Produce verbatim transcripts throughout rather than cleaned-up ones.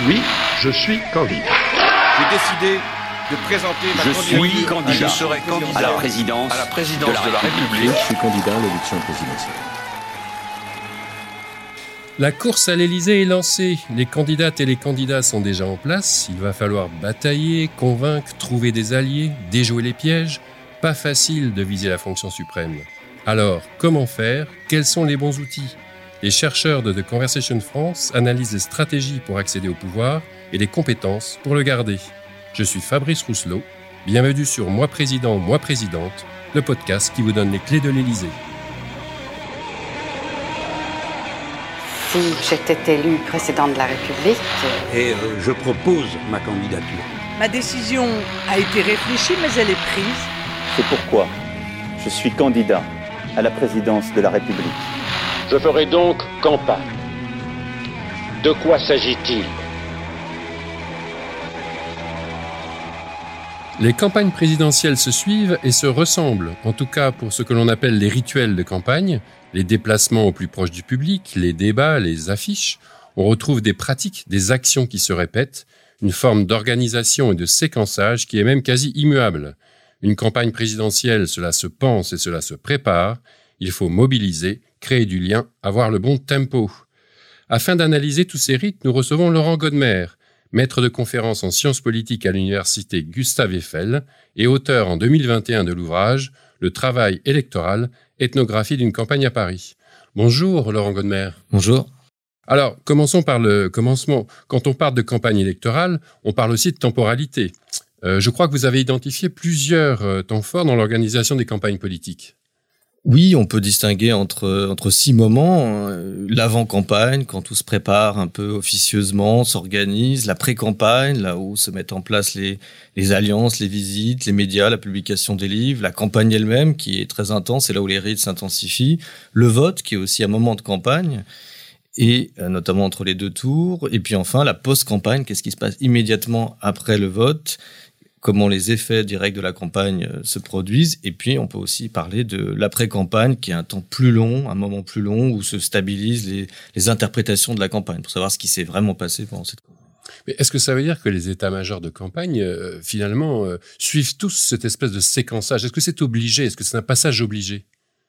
Oui, je suis candidat. J'ai décidé de présenter ma je candidature. suis candidat. Je serai candidat à la présidence, à la présidence de la, de la République. Je suis candidat à l'élection présidentielle. La course à l'Élysée est lancée. Les candidates et les candidats sont déjà en place. Il va falloir batailler, convaincre, trouver des alliés, déjouer les pièges. Pas facile de viser la fonction suprême. Alors, comment faire ? Quels sont les bons outils ? Les chercheurs de The Conversation France analysent les stratégies pour accéder au pouvoir et les compétences pour le garder. Je suis Fabrice Rousselot. Bienvenue sur Moi Président, Moi Présidente, le podcast qui vous donne les clés de l'Élysée. Si j'étais élue présidente de la République... Et euh, je propose ma candidature. Ma décision a été réfléchie, mais elle est prise. C'est pourquoi je suis candidat à la présidence de la République. Je ferai donc campagne. De quoi s'agit-il ? Les campagnes présidentielles se suivent et se ressemblent, en tout cas pour ce que l'on appelle les rituels de campagne, les déplacements au plus proche du public, les débats, les affiches. On retrouve des pratiques, des actions qui se répètent, une forme d'organisation et de séquençage qui est même quasi immuable. Une campagne présidentielle, cela se pense et cela se prépare. Il faut mobiliser, créer du lien, avoir le bon tempo. Afin d'analyser tous ces rites, nous recevons Laurent Godmer, maître de conférences en sciences politiques à l'université Gustave Eiffel et auteur en deux mille vingt et un de l'ouvrage « Le travail électoral, ethnographie d'une campagne à Paris ». Bonjour Laurent Godmer. Bonjour. Alors, commençons par le commencement. Quand on parle de campagne électorale, on parle aussi de temporalité. Euh, je crois que vous avez identifié plusieurs euh, temps forts dans l'organisation des campagnes politiques. Oui, on peut distinguer entre entre six moments. Euh, l'avant-campagne, quand tout se prépare un peu officieusement, s'organise. La pré-campagne, là où se mettent en place les les alliances, les visites, les médias, la publication des livres. La campagne elle-même, qui est très intense, c'est là où les rites s'intensifient. Le vote, qui est aussi un moment de campagne, et euh, notamment entre les deux tours. Et puis enfin, la post-campagne, qu'est-ce qui se passe immédiatement après le vote ? Comment les effets directs de la campagne se produisent. Et puis, on peut aussi parler de l'après-campagne, qui est un temps plus long, un moment plus long, où se stabilisent les, les interprétations de la campagne, pour savoir ce qui s'est vraiment passé pendant cette campagne. Mais est-ce que ça veut dire que les états-majors de campagne, euh, finalement, euh, suivent tous cette espèce de séquençage ? Est-ce que c'est obligé ? Est-ce que c'est un passage obligé ?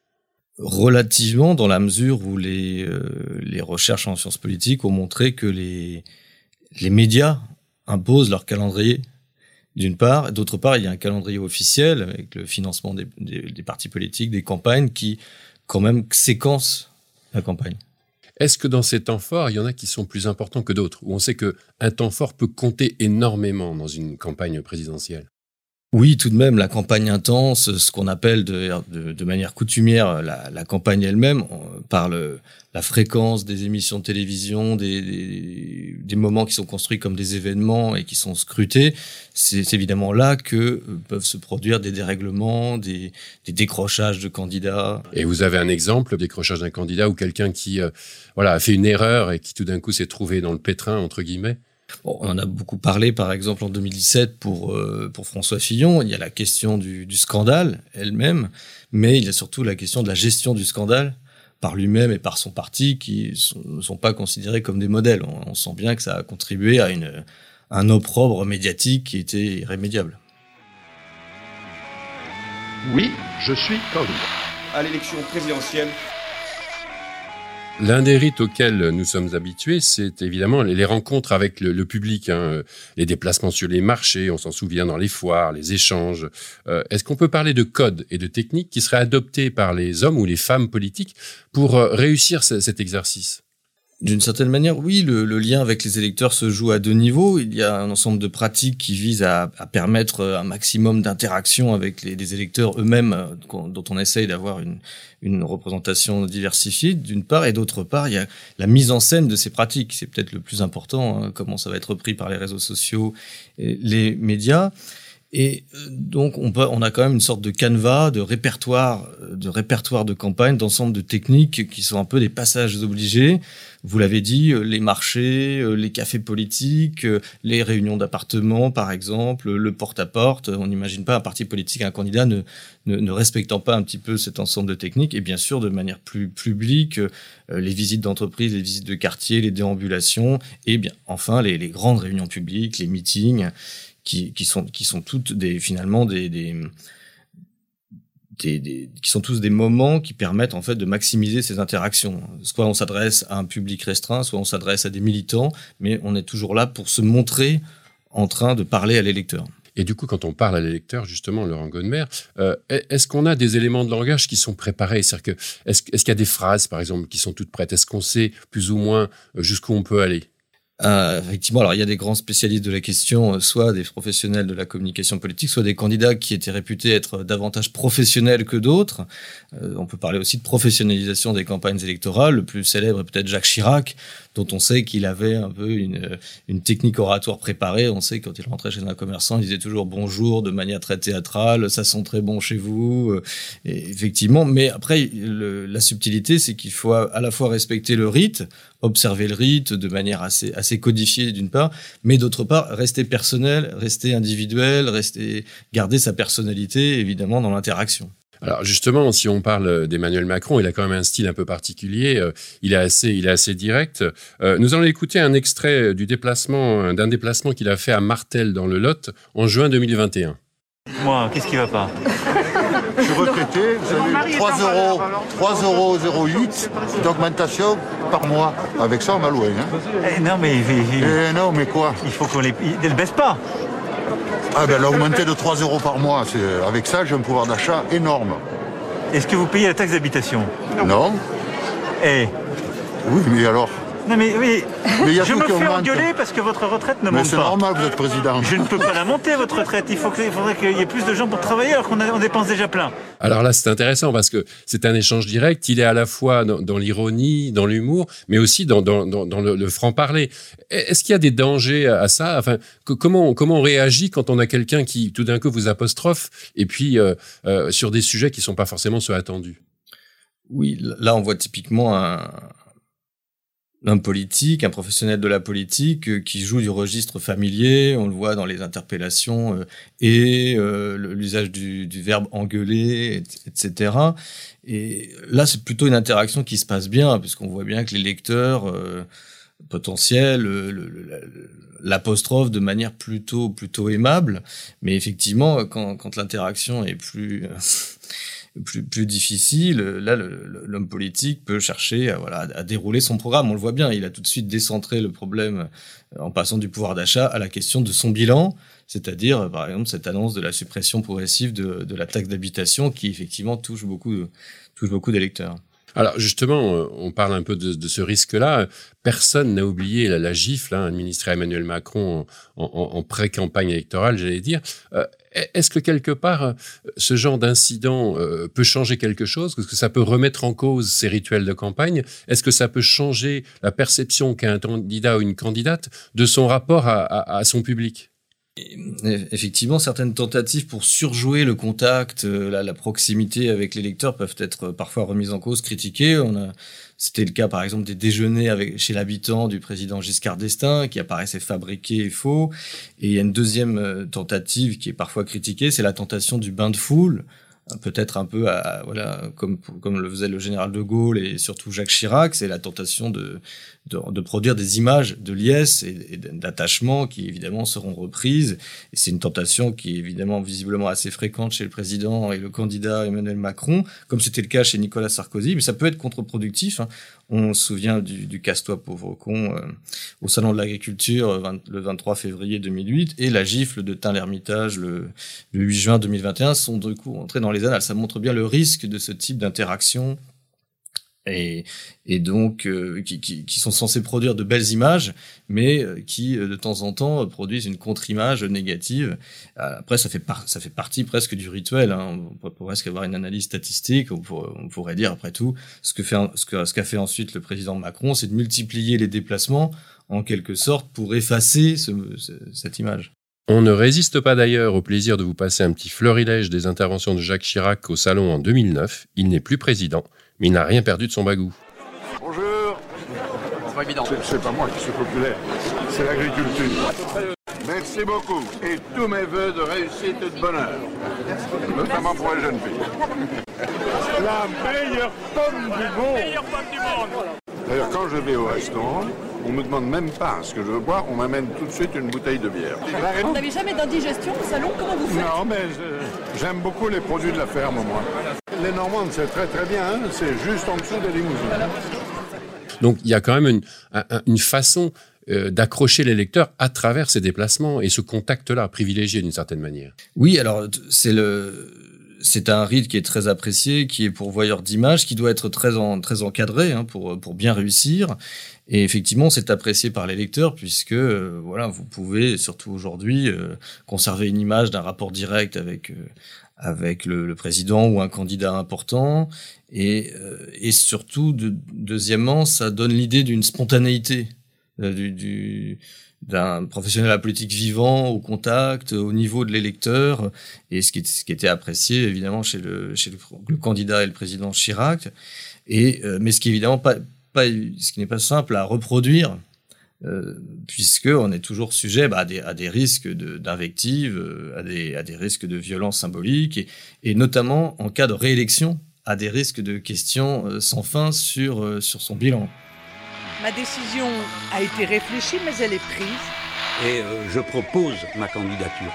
Relativement, dans la mesure où les, euh, les recherches en sciences politiques ont montré que les, les médias imposent leur calendrier, d'une part. D'autre part, il y a un calendrier officiel avec le financement des, des, des partis politiques, des campagnes qui, quand même, séquencent la campagne. Est-ce que dans ces temps forts, il y en a qui sont plus importants que d'autres, où on sait qu'un temps fort peut compter énormément dans une campagne présidentielle ? Oui, tout de même, la campagne intense, ce qu'on appelle de, de, de manière coutumière la, la campagne elle-même, par le, la fréquence des émissions de télévision, des, des, des moments qui sont construits comme des événements et qui sont scrutés, c'est, c'est évidemment là que peuvent se produire des dérèglements, des, des décrochages de candidats. Et vous avez un exemple, décrochage d'un candidat ou quelqu'un qui euh, voilà, a fait une erreur et qui tout d'un coup s'est trouvé dans le pétrin, entre guillemets ? Bon, on en a beaucoup parlé, par exemple, en deux mille dix-sept pour euh, pour François Fillon. Il y a la question du, du scandale elle-même, mais il y a surtout la question de la gestion du scandale par lui-même et par son parti, qui sont, ne sont pas considérés comme des modèles. On, on sent bien que ça a contribué à une un opprobre médiatique qui était irrémédiable. Oui, je suis candidat. À l'élection présidentielle. L'un des rites auxquels nous sommes habitués, c'est évidemment les rencontres avec le, le public, hein, les déplacements sur les marchés, on s'en souvient dans les foires, les échanges. Euh, est-ce qu'on peut parler de codes et de techniques qui seraient adoptés par les hommes ou les femmes politiques pour euh, réussir c- cet exercice ? D'une certaine manière, oui, le, le lien avec les électeurs se joue à deux niveaux. Il y a un ensemble de pratiques qui visent à, à permettre un maximum d'interaction avec les, les électeurs eux-mêmes, dont on essaye d'avoir une, une représentation diversifiée, d'une part, et d'autre part, il y a la mise en scène de ces pratiques. C'est peut-être le plus important, hein, comment ça va être repris par les réseaux sociaux et les médias. Et donc, on, peut, on a quand même une sorte de canevas, de répertoire, de répertoire de campagne, d'ensemble de techniques qui sont un peu des passages obligés. Vous l'avez dit, les marchés, les cafés politiques, les réunions d'appartements, par exemple, le porte-à-porte. On n'imagine pas un parti politique, un candidat ne, ne, ne respectant pas un petit peu cet ensemble de techniques. Et bien sûr, de manière plus publique, les visites d'entreprise, les visites de quartier, les déambulations, et bien enfin les, les grandes réunions publiques, les meetings. Qui, qui sont qui sont toutes des finalement des des, des des qui sont tous des moments qui permettent en fait de maximiser ces interactions. Soit on s'adresse à un public restreint, soit on s'adresse à des militants, mais on est toujours là pour se montrer en train de parler à l'électeur. Et du coup, quand on parle à l'électeur, justement, Laurent Godmer, euh, est-ce qu'on a des éléments de langage qui sont préparés? C'est-à-dire que est-ce, est-ce qu'il y a des phrases, par exemple, qui sont toutes prêtes? Est-ce qu'on sait plus ou moins jusqu'où on peut aller? Euh, effectivement, alors il y a des grands spécialistes de la question, soit des professionnels de la communication politique, soit des candidats qui étaient réputés être davantage professionnels que d'autres. Euh, on peut parler aussi de professionnalisation des campagnes électorales. Le plus célèbre est peut-être Jacques Chirac, dont on sait qu'il avait un peu une, une technique oratoire préparée. On sait que quand il rentrait chez un commerçant, il disait toujours bonjour de manière très théâtrale, ça sent très bon chez vous. Et effectivement, mais après, le, la subtilité, c'est qu'il faut à la fois respecter le rite, observer le rite de manière assez assez codifiée d'une part, mais d'autre part rester personnel, rester individuel, rester garder sa personnalité évidemment dans l'interaction. Alors justement, si on parle d'Emmanuel Macron, il a quand même un style un peu particulier. Euh, il est assez, il est assez direct. Euh, nous allons écouter un extrait du déplacement, d'un déplacement qu'il a fait à Martel dans le Lot en juin deux mille vingt et un. Moi, qu'est-ce qui va pas? Je suis retraité, vous avez trois euros, trois euros zéro huit d'augmentation par mois. Avec ça, on va loin. Hein. Eh non, mais... Eh non, mais quoi? Il faut qu'on les... Ils ne baissent pas. Ah ben, l'augmenter de trois euros par mois, c'est... avec ça, j'ai un pouvoir d'achat énorme. Est-ce que vous payez la taxe d'habitation? Non. Eh Oui, mais alors? Non mais oui, mais y a je me fais augmente. engueuler parce que votre retraite ne mais monte pas. C'est normal, vous êtes président. Je ne peux pas la monter, votre retraite. Il, faut que, il faudrait qu'il y ait plus de gens pour travailler alors qu'on a, on dépense déjà plein. Alors là, c'est intéressant parce que c'est un échange direct. Il est à la fois dans, dans l'ironie, dans l'humour, mais aussi dans, dans, dans, dans le, le franc-parler. Est-ce qu'il y a des dangers à ça? Enfin, que, comment, comment on réagit quand on a quelqu'un qui, tout d'un coup, vous apostrophe et puis euh, euh, sur des sujets qui ne sont pas forcément ceux attendus? Oui, là, on voit typiquement un... un politique, un professionnel de la politique euh, qui joue du registre familier, on le voit dans les interpellations euh, et euh, l'usage du, du verbe engueuler, et cetera. Et là, c'est plutôt une interaction qui se passe bien, puisqu'on voit bien que les lecteurs euh, potentiels le, le, le, l'apostrophe de manière plutôt plutôt aimable. Mais effectivement, quand, quand l'interaction est plus... Plus, plus difficile, là, le, le, l'homme politique peut chercher à, voilà, à dérouler son programme. On le voit bien, il a tout de suite décentré le problème en passant du pouvoir d'achat à la question de son bilan, c'est-à-dire, par exemple, cette annonce de la suppression progressive de, de la taxe d'habitation qui, effectivement, touche beaucoup, touche beaucoup d'électeurs. Alors justement, on parle un peu de, de ce risque-là. Personne n'a oublié la, la gifle hein, administrée à Emmanuel Macron en, en, en pré-campagne électorale, j'allais dire. Euh, est-ce que quelque part, ce genre d'incident euh, peut changer quelque chose? Est-ce que ça peut remettre en cause ces rituels de campagne? Est-ce que ça peut changer la perception qu'a un candidat ou une candidate de son rapport à, à, à son public? Et effectivement, certaines tentatives pour surjouer le contact, la, la proximité avec les lecteurs peuvent être parfois remises en cause, critiquées. On a, c'était le cas, par exemple, des déjeuners avec, chez l'habitant du président Giscard d'Estaing, qui apparaissaient fabriqués et faux. Et il y a une deuxième tentative qui est parfois critiquée, c'est la tentation du bain de foule. Peut-être un peu à, voilà, comme, comme le faisait le général de Gaulle et surtout Jacques Chirac, c'est la tentation de, de, de produire des images de liesse et, et d'attachement qui évidemment seront reprises. Et c'est une tentation qui est évidemment visiblement assez fréquente chez le président et le candidat Emmanuel Macron, comme c'était le cas chez Nicolas Sarkozy, mais ça peut être contre-productif. Hein. On se souvient du, du casse-toi pauvre con euh, au Salon de l'Agriculture vingt, le vingt-trois février deux mille huit et la gifle de Tain-l'Hermitage le, le huit juin deux mille vingt et un sont du coup entrés dans les annales. Ça montre bien le risque de ce type d'interaction et, et donc euh, qui, qui, qui sont censés produire de belles images, mais euh, qui euh, de temps en temps produisent une contre-image négative. Euh, après, ça fait par, ça fait partie presque du rituel. Hein. On pourrait presque avoir une analyse statistique. On pourrait, on pourrait dire après tout ce que fait ce que ce qu'a fait ensuite le président Macron, c'est de multiplier les déplacements en quelque sorte pour effacer ce, ce, cette image. On ne résiste pas d'ailleurs au plaisir de vous passer un petit florilège des interventions de Jacques Chirac au Salon en deux mille neuf. Il n'est plus président, mais il n'a rien perdu de son bagou. Bonjour. C'est pas évident. C'est, c'est pas moi qui suis populaire, c'est l'agriculture. Merci beaucoup et tous mes vœux de réussite et de bonheur, notamment pour les jeunes filles. La meilleure pomme du monde. La meilleure pomme du monde. D'ailleurs, quand je vais au restaurant, on ne me demande même pas ce que je veux boire, on m'amène tout de suite une bouteille de bière. Vous n'avez jamais d'indigestion au salon? Comment vous faites? Non, mais je, j'aime beaucoup les produits de la ferme, moi. Les Normandes, c'est très très bien, hein, c'est juste en dessous des limousines. Donc, il y a quand même une, une façon euh, d'accrocher les lecteurs à travers ces déplacements et ce contact-là privilégié d'une certaine manière. Oui, alors c'est le... C'est un rite qui est très apprécié, qui est pourvoyeur d'images, qui doit être très, en, très encadré hein, pour, pour bien réussir. Et effectivement, c'est apprécié par les lecteurs puisque euh, voilà, vous pouvez, surtout aujourd'hui, euh, conserver une image d'un rapport direct avec, euh, avec le, le président ou un candidat important. Et, euh, et surtout, de, deuxièmement, ça donne l'idée d'une spontanéité euh, du... du d'un professionnel de la politique vivant, au contact, au niveau de l'électeur, et ce qui, ce qui était apprécié évidemment chez le, chez le, le candidat et le président Chirac, et, euh, mais ce qui est évidemment pas, pas, ce qui n'est pas simple à reproduire, euh, puisque on est toujours sujet bah, à, des, à des risques de, d'invective, euh, à des, à des risques de violence symbolique, et, et notamment en cas de réélection, à des risques de questions euh, sans fin sur, euh, sur son bilan. Ma décision a été réfléchie, mais elle est prise. Et euh, je propose ma candidature.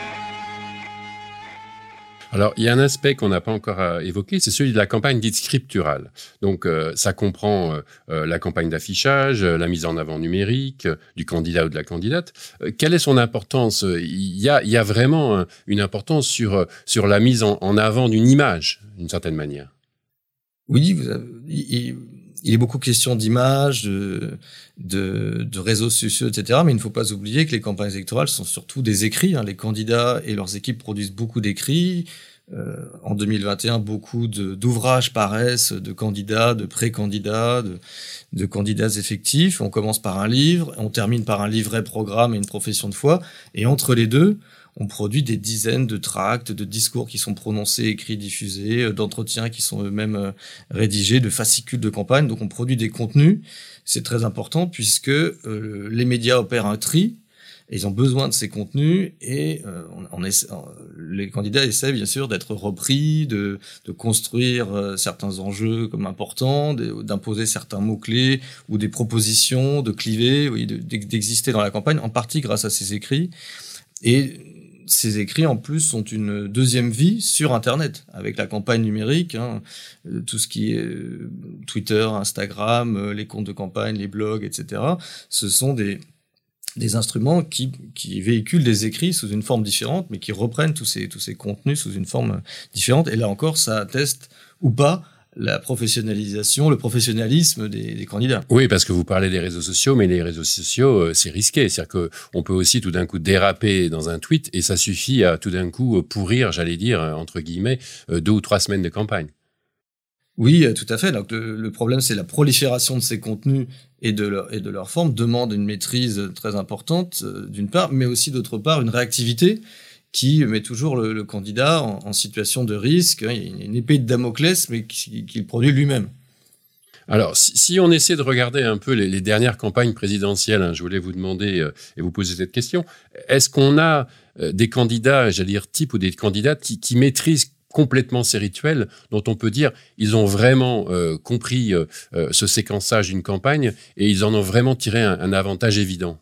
Alors, il y a un aspect qu'on n'a pas encore évoqué, c'est celui de la campagne dite scripturale. Donc, euh, ça comprend euh, la campagne d'affichage, la mise en avant numérique euh, du candidat ou de la candidate. Euh, quelle est son importance? Il y a, il y a vraiment un, une importance sur, sur la mise en, en avant d'une image, d'une certaine manière. Oui, vous avez... Il... Il est beaucoup question d'images, de, de, de réseaux sociaux, et cetera. Mais il ne faut pas oublier que les campagnes électorales sont surtout des écrits. Hein. Les candidats et leurs équipes produisent beaucoup d'écrits. Euh, en deux mille vingt et un, beaucoup de, d'ouvrages paraissent de candidats, de pré-candidats, de, de candidats effectifs. On commence par un livre, on termine par un livret programme et une profession de foi. Et entre les deux, on produit des dizaines de tracts, de discours qui sont prononcés, écrits, diffusés, d'entretiens qui sont eux-mêmes rédigés, de fascicules de campagne. Donc on produit des contenus. C'est très important puisque euh, les médias opèrent un tri. Et ils ont besoin de ces contenus et euh, on, on essaie, les candidats essaient bien sûr d'être repris, de, de construire euh, certains enjeux comme importants, de, d'imposer certains mots-clés ou des propositions, de cliver, oui, de, d'exister dans la campagne, en partie grâce à ces écrits. Et ces écrits, en plus, sont une deuxième vie sur Internet, avec la campagne numérique, hein, tout ce qui est euh, Twitter, Instagram, euh, les comptes de campagne, les blogs, et cetera. Ce sont des, des instruments qui, qui véhiculent des écrits sous une forme différente, mais qui reprennent tous ces, tous ces contenus sous une forme différente. Et là encore, ça atteste ou pas la professionnalisation, le professionnalisme des, des candidats. Oui, parce que vous parlez des réseaux sociaux, mais les réseaux sociaux, euh, c'est risqué. C'est-à-dire qu'on peut aussi tout d'un coup déraper dans un tweet et ça suffit à tout d'un coup pourrir, j'allais dire, entre guillemets, deux ou trois semaines de campagne. Oui, tout à fait. Donc, le, le problème, c'est la prolifération de ces contenus et de leur, et de leur forme demande une maîtrise très importante, d'une part, mais aussi d'autre part, une réactivité qui met toujours le, le candidat en, en situation de risque. Il y a une épée de Damoclès, mais qu'il qui produit lui-même. Alors, si, si on essaie de regarder un peu les, les dernières campagnes présidentielles, hein, je voulais vous demander euh, et vous poser cette question, est-ce qu'on a euh, des candidats, j'allais dire type, ou des candidates qui, qui maîtrisent complètement ces rituels, dont on peut dire ils ont vraiment euh, compris euh, euh, ce séquençage d'une campagne et ils en ont vraiment tiré un, un avantage évident?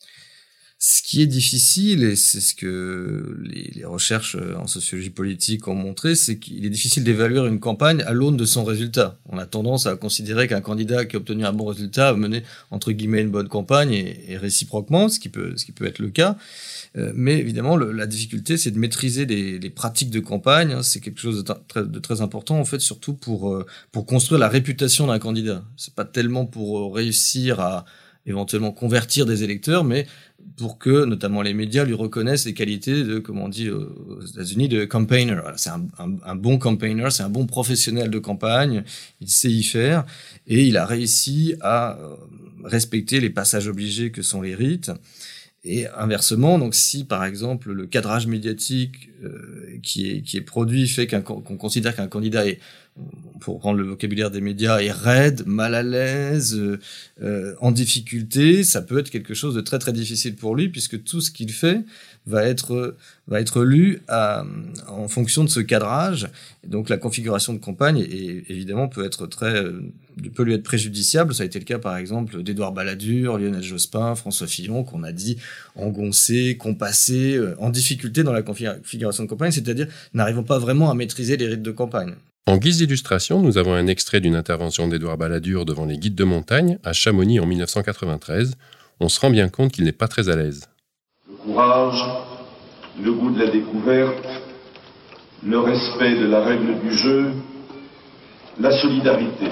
Ce qui est difficile, et c'est ce que les, les recherches en sociologie politique ont montré, c'est qu'il est difficile d'évaluer une campagne à l'aune de son résultat. On a tendance à considérer qu'un candidat qui a obtenu un bon résultat a mené, entre guillemets, une bonne campagne, et, et réciproquement, ce qui peut, ce qui peut être le cas. Euh, mais évidemment, le, la difficulté, c'est de maîtriser les, les pratiques de campagne. Hein, c'est quelque chose de très, de très important, en fait, surtout pour, euh, pour construire la réputation d'un candidat. C'est pas tellement pour réussir à éventuellement convertir des électeurs, mais pour que, notamment les médias, lui reconnaissent les qualités de, comme on dit aux États-Unis, de campaigner. Voilà, c'est un, un, un bon campaigner, c'est un bon professionnel de campagne, il sait y faire, et il a réussi à respecter les passages obligés que sont les rites, Et inversement, donc si par exemple le cadrage médiatique euh, qui est qui est produit fait qu'un, qu'on considère qu'un candidat est, pour prendre le vocabulaire des médias, est raide, mal à l'aise, euh, en difficulté, ça peut être quelque chose de très très difficile pour lui, puisque tout ce qu'il fait va être va être lu à, en fonction de ce cadrage. Et donc la configuration de campagne est, évidemment peut être très peut lui être préjudiciable. Ça a été le cas par exemple d'Édouard Balladur, Lionel Jospin, François Fillon, qu'on a dit engoncés, compassés, en difficulté dans la configuration de campagne, c'est-à-dire n'arrivant pas vraiment à maîtriser les rites de campagne. En guise d'illustration, nous avons un extrait d'une intervention d'Édouard Balladur devant les guides de montagne à Chamonix en dix-neuf cent quatre-vingt-treize. On se rend bien compte qu'il n'est pas très à l'aise. Le courage, le goût de la découverte, le respect de la règle du jeu, la solidarité.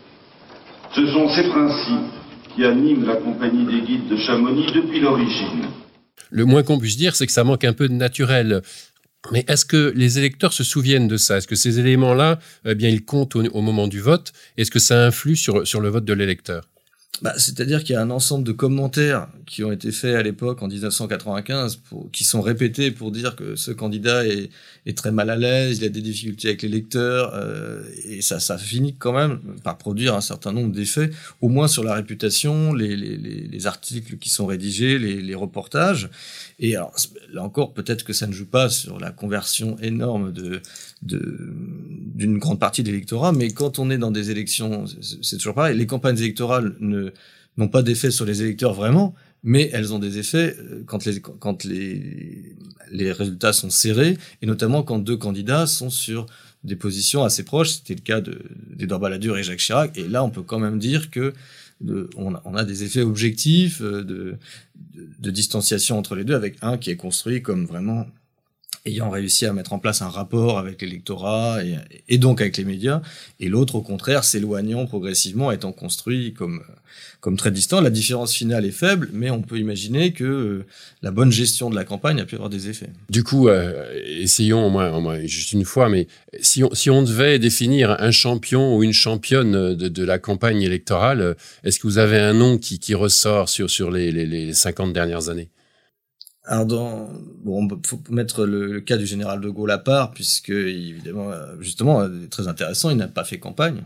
Ce sont ces principes qui animent la compagnie des guides de Chamonix depuis l'origine. Le moins qu'on puisse dire, c'est que ça manque un peu de naturel. Mais est-ce que les électeurs se souviennent de ça? Est-ce que ces éléments-là, eh bien, ils comptent au, au moment du vote? Est-ce que ça influe sur, sur le vote de l'électeur? Bah, c'est-à-dire qu'il y a un ensemble de commentaires qui ont été faits à l'époque en dix-neuf cent quatre-vingt-quinze pour, qui sont répétés pour dire que ce candidat est, est très mal à l'aise, il a des difficultés avec les lecteurs, euh, et ça, ça finit quand même par produire un certain nombre d'effets, au moins sur la réputation, les, les, les, les articles qui sont rédigés, les, les reportages. Et alors, là encore, peut-être que ça ne joue pas sur la conversion énorme de, de, d'une grande partie de l'électorat, mais quand on est dans des élections, c'est, c'est toujours pareil, les campagnes électorales ne, n'ont pas d'effet sur les électeurs vraiment, mais elles ont des effets quand les, quand les, les résultats sont serrés, et notamment quand deux candidats sont sur des positions assez proches. C'était le cas de, d'Édouard Balladur et Jacques Chirac, et là on peut quand même dire que de, on, a, on a des effets objectifs de, de, de distanciation entre les deux, avec un qui est construit comme vraiment ayant réussi à mettre en place un rapport avec l'électorat et, et donc avec les médias, et l'autre au contraire s'éloignant progressivement, étant construit comme comme très distant. La différence finale est faible, mais on peut imaginer que euh, la bonne gestion de la campagne a pu avoir des effets. Du coup, euh, essayons au moins, au moins juste une fois, mais si on, si on devait définir un champion ou une championne de, de la campagne électorale, est-ce que vous avez un nom qui, qui ressort sur, sur les, les, les cinquante dernières années? Alors, dans, bon, faut mettre le, le cas du général de Gaulle à part, puisque, évidemment, justement, très intéressant, il n'a pas fait campagne.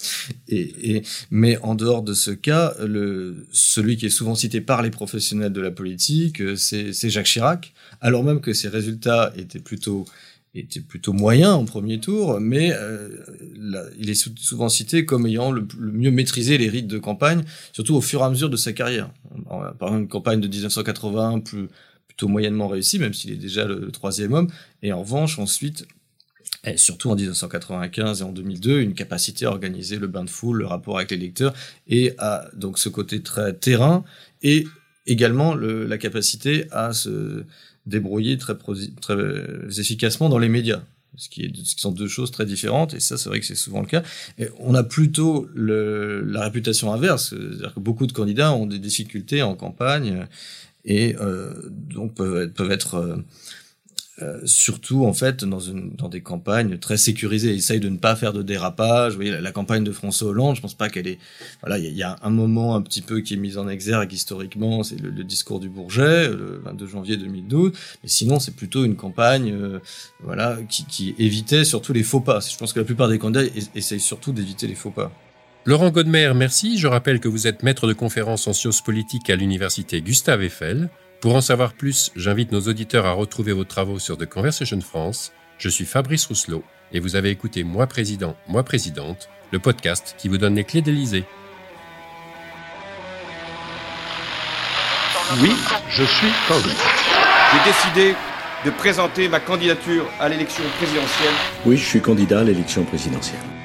Et, et, mais en dehors de ce cas, le, celui qui est souvent cité par les professionnels de la politique, c'est, c'est Jacques Chirac, alors même que ses résultats étaient plutôt, étaient plutôt moyens en premier tour, mais euh, là, il est souvent cité comme ayant le, le mieux maîtrisé les rites de campagne, surtout au fur et à mesure de sa carrière. Par exemple, une campagne de dix-neuf cent quatre-vingts, plus plutôt moyennement réussi, même s'il est déjà le, le troisième homme. Et en revanche, ensuite, et surtout en dix-neuf cent quatre-vingt-quinze et en deux mille deux, une capacité à organiser le bain de foule, le rapport avec les lecteurs, et à donc ce côté très terrain, et également le, la capacité à se débrouiller très, très efficacement dans les médias. Ce qui, est, ce qui sont deux choses très différentes, et ça, c'est vrai que c'est souvent le cas. Et on a plutôt le, la réputation inverse, c'est-à-dire que beaucoup de candidats ont des difficultés en campagne, et euh, donc peuvent être, peuvent être euh, euh, surtout en fait dans une dans des campagnes très sécurisées. Ils essayent de ne pas faire de dérapage. Vous voyez, la, la campagne de François Hollande, je pense pas qu'elle est. Voilà, il y, y a un moment un petit peu qui est mis en exergue historiquement, c'est le, le discours du Bourget, le vingt-deux janvier deux mille douze. Mais sinon, c'est plutôt une campagne, euh, voilà, qui, qui évitait surtout les faux pas. Je pense que la plupart des candidats essayent surtout d'éviter les faux pas. Laurent Godmer, merci. Je rappelle que vous êtes maître de conférences en sciences politiques à l'université Gustave Eiffel. Pour en savoir plus, j'invite nos auditeurs à retrouver vos travaux sur The Conversation France. Je suis Fabrice Rousselot et vous avez écouté Moi Président, Moi Présidente, le podcast qui vous donne les clés de l'Élysée. Oui, je suis candidat. J'ai décidé de présenter ma candidature à l'élection présidentielle. Oui, je suis candidat à l'élection présidentielle.